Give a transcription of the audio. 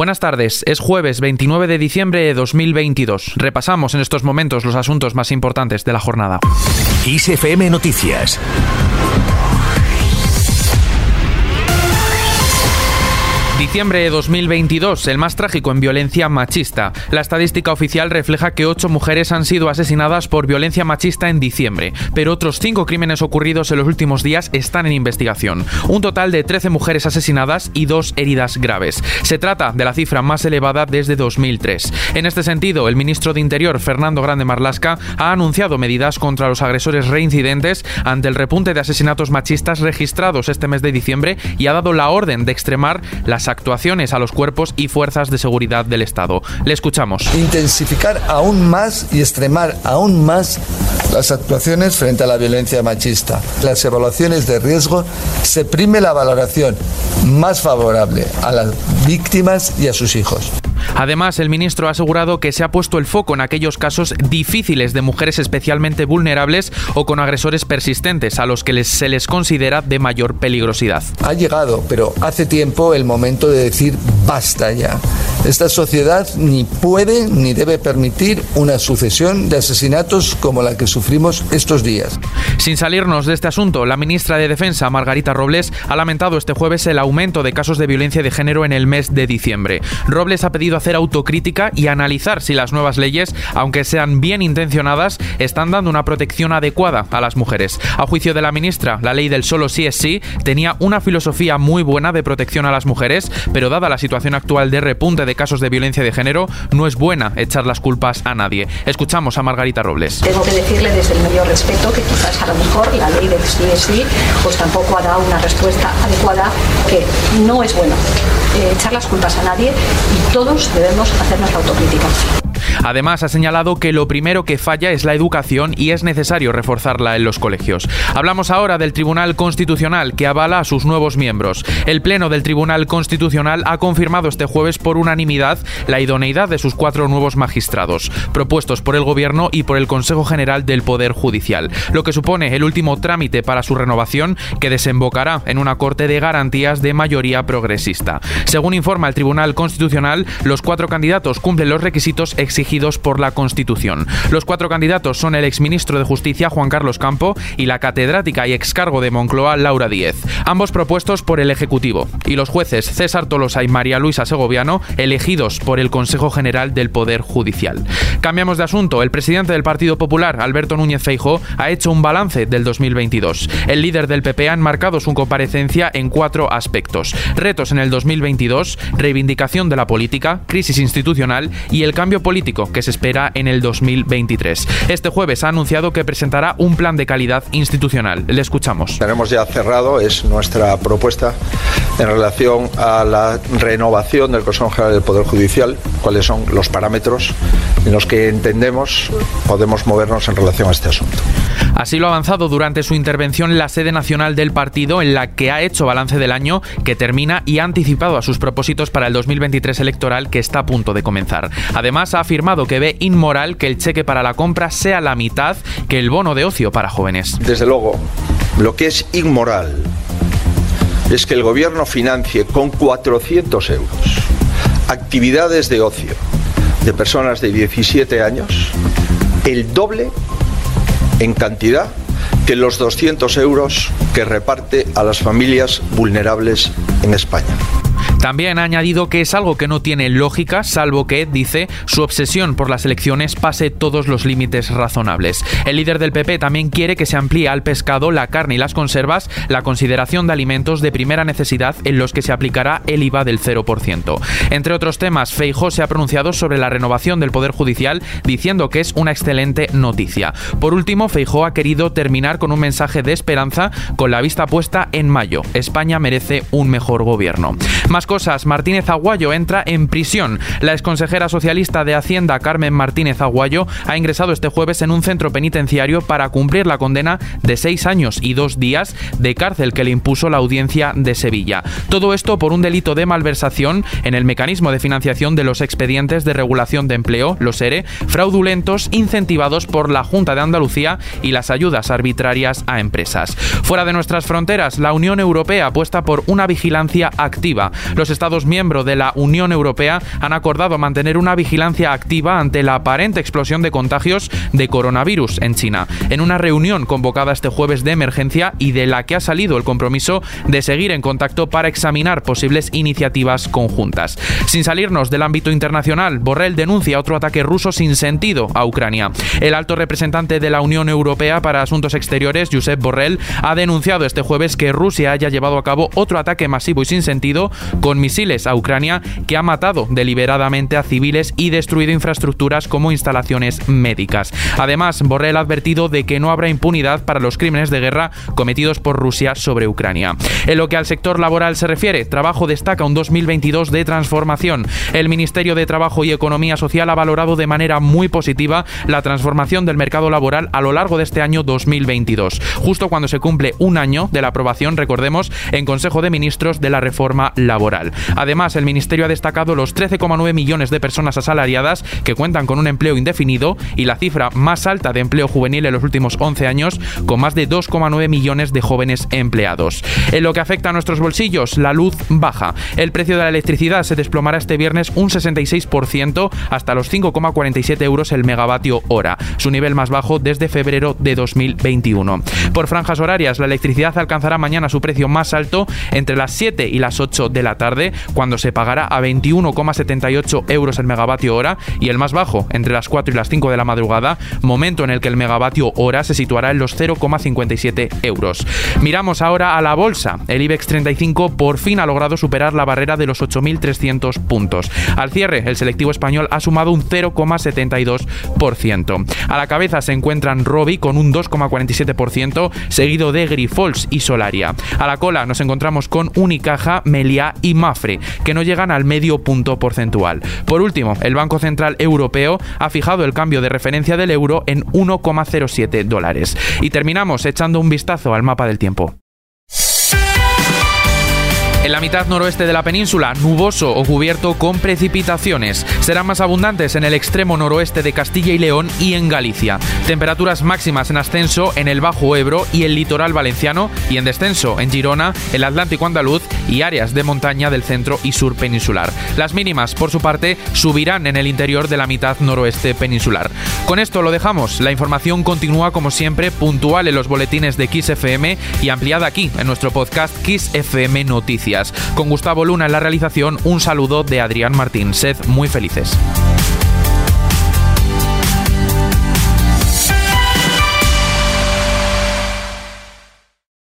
Buenas tardes, es jueves 29 de diciembre de 2022. Repasamos en estos momentos los asuntos más importantes de la jornada. XFM Noticias. Diciembre de 2022, el más trágico en violencia machista. La estadística oficial refleja que 8 mujeres han sido asesinadas por violencia machista en diciembre, pero otros 5 crímenes ocurridos en los últimos días están en investigación. Un total de 13 mujeres asesinadas y 2 heridas graves. Se trata de la cifra más elevada desde 2003. En este sentido, el ministro de Interior, Fernando Grande Marlaska, ha anunciado medidas contra los agresores reincidentes ante el repunte de asesinatos machistas registrados este mes de diciembre y ha dado la orden de extremar las actuaciones a los cuerpos y fuerzas de seguridad del Estado. Le escuchamos. Intensificar aún más y extremar aún más las actuaciones frente a la violencia machista. Las evaluaciones de riesgo se prime la valoración más favorable a las víctimas y a sus hijos. Además, el ministro ha asegurado que se ha puesto el foco en aquellos casos difíciles de mujeres especialmente vulnerables o con agresores persistentes a los que se les considera de mayor peligrosidad. Ha llegado, pero hace tiempo, el momento de decir basta ya. Esta sociedad ni puede ni debe permitir una sucesión de asesinatos como la que sufrimos estos días. Sin salirnos de este asunto, la ministra de Defensa, Margarita Robles, ha lamentado este jueves el aumento de casos de violencia de género en el mes de diciembre. Robles ha pedido hacer autocrítica y analizar si las nuevas leyes, aunque sean bien intencionadas, están dando una protección adecuada a las mujeres. A juicio de la ministra, la ley del solo sí es sí tenía una filosofía muy buena de protección a las mujeres, pero dada la situación actual de repunte de casos de violencia de género, no es buena echar las culpas a nadie. Escuchamos a Margarita Robles. Tengo que decirle desde el mayor respeto que quizás a lo mejor la ley del sí es sí pues tampoco ha dado una respuesta adecuada, que no es bueno echar las culpas a nadie y todos debemos hacernos la autocrítica. Además, ha señalado que lo primero que falla es la educación y es necesario reforzarla en los colegios. Hablamos ahora del Tribunal Constitucional, que avala a sus nuevos miembros. El Pleno del Tribunal Constitucional ha confirmado este jueves por unanimidad la idoneidad de sus 4 nuevos magistrados, propuestos por el Gobierno y por el Consejo General del Poder Judicial, lo que supone el último trámite para su renovación, que desembocará en una Corte de Garantías de mayoría progresista. Según informa el Tribunal Constitucional, los 4 candidatos cumplen los requisitos exigidos por la Constitución. Los 4 candidatos son el exministro de Justicia, Juan Carlos Campo, y la catedrática y excargo de Moncloa, Laura Díez, ambos propuestos por el Ejecutivo, y los jueces César Tolosa y María Luisa Segoviano, elegidos por el Consejo General del Poder Judicial. Cambiamos de asunto. El presidente del Partido Popular, Alberto Núñez Feijóo, ha hecho un balance del 2022. El líder del PP ha enmarcado su comparecencia en 4 aspectos: retos en el 2022, reivindicación de la política, crisis institucional y el cambio político que se espera en el 2023. Este jueves ha anunciado que presentará un plan de calidad institucional. Le escuchamos. Tenemos ya cerrado, es nuestra propuesta en relación a la renovación del Consejo General del Poder Judicial, cuáles son los parámetros en los que entendemos podemos movernos en relación a este asunto. Así lo ha avanzado durante su intervención en la sede nacional del partido, en la que ha hecho balance del año que termina y ha anticipado a sus propósitos para el 2023 electoral, que está a punto de comenzar. Además, ha afirmado que ve inmoral que el cheque para la compra sea la mitad que el bono de ocio para jóvenes. Desde luego, lo que es inmoral es que el gobierno financie con 400 euros actividades de ocio de personas de 17 años, el doble en cantidad que los 200 euros que reparte a las familias vulnerables en España. También ha añadido que es algo que no tiene lógica, salvo que, dice, su obsesión por las elecciones pase todos los límites razonables. El líder del PP también quiere que se amplíe al pescado, la carne y las conservas la consideración de alimentos de primera necesidad, en los que se aplicará el IVA del 0%. Entre otros temas, Feijóo se ha pronunciado sobre la renovación del Poder Judicial, diciendo que es una excelente noticia. Por último, Feijóo ha querido terminar con un mensaje de esperanza, con la vista puesta en mayo. España merece un mejor gobierno. Más cosas. Martínez Aguayo entra en prisión. La exconsejera socialista de Hacienda, Carmen Martínez Aguayo, ha ingresado este jueves en un centro penitenciario para cumplir la condena de 6 años y 2 días de cárcel que le impuso la Audiencia de Sevilla. Todo esto por un delito de malversación en el mecanismo de financiación de los expedientes de regulación de empleo, los ERE, fraudulentos incentivados por la Junta de Andalucía y las ayudas arbitrarias a empresas. Fuera de nuestras fronteras, la Unión Europea apuesta por una vigilancia activa. Los Estados miembros de la Unión Europea han acordado mantener una vigilancia activa ante la aparente explosión de contagios de coronavirus en China, en una reunión convocada este jueves de emergencia y de la que ha salido el compromiso de seguir en contacto para examinar posibles iniciativas conjuntas. Sin salirnos del ámbito internacional, Borrell denuncia otro ataque ruso sin sentido a Ucrania. El alto representante de la Unión Europea para Asuntos Exteriores, Josep Borrell, ha denunciado este jueves que Rusia haya llevado a cabo otro ataque masivo y sin sentido con misiles a Ucrania que ha matado deliberadamente a civiles y destruido infraestructuras como instalaciones médicas. Además, Borrell ha advertido de que no habrá impunidad para los crímenes de guerra cometidos por Rusia sobre Ucrania. En lo que al sector laboral se refiere, Trabajo destaca un 2022 de transformación. El Ministerio de Trabajo y Economía Social ha valorado de manera muy positiva la transformación del mercado laboral a lo largo de este año 2022, justo cuando se cumple un año de la aprobación, recordemos, en Consejo de Ministros de la reforma laboral. Además, el Ministerio ha destacado los 13,9 millones de personas asalariadas que cuentan con un empleo indefinido y la cifra más alta de empleo juvenil en los últimos 11 años, con más de 2,9 millones de jóvenes empleados. En lo que afecta a nuestros bolsillos, la luz baja. El precio de la electricidad se desplomará este viernes un 66% hasta los 5,47 euros el megavatio hora, su nivel más bajo desde febrero de 2021. Por franjas horarias, la electricidad alcanzará mañana su precio más alto entre las 7 y las 8 de la tarde, cuando se pagará a 21,78 euros el megavatio hora, y el más bajo entre las 4 y las 5 de la madrugada, momento en el que el megavatio hora se situará en los 0,57 euros. Miramos ahora a la bolsa. El IBEX 35 por fin ha logrado superar la barrera de los 8.300 puntos. Al cierre, el selectivo español ha sumado un 0,72%. A la cabeza se encuentran Robi con un 2,47%, seguido de Grifols y Solaria. A la cola nos encontramos con Unicaja, Meliá y Mafre, que no llegan al medio punto porcentual. Por último, el Banco Central Europeo ha fijado el cambio de referencia del euro en 1,07 dólares. Y terminamos echando un vistazo al mapa del tiempo. En la mitad noroeste de la península, nuboso o cubierto con precipitaciones. Serán más abundantes en el extremo noroeste de Castilla y León y en Galicia. Temperaturas máximas en ascenso en el Bajo Ebro y el litoral valenciano, y en descenso en Girona, el Atlántico andaluz y áreas de montaña del centro y sur peninsular. Las mínimas, por su parte, subirán en el interior de la mitad noroeste peninsular. Con esto lo dejamos. La información continúa como siempre puntual en los boletines de Kiss FM y ampliada aquí en nuestro podcast Kiss FM Noticias. Con Gustavo Luna en la realización, un saludo de Adrián Martín. Sed muy felices.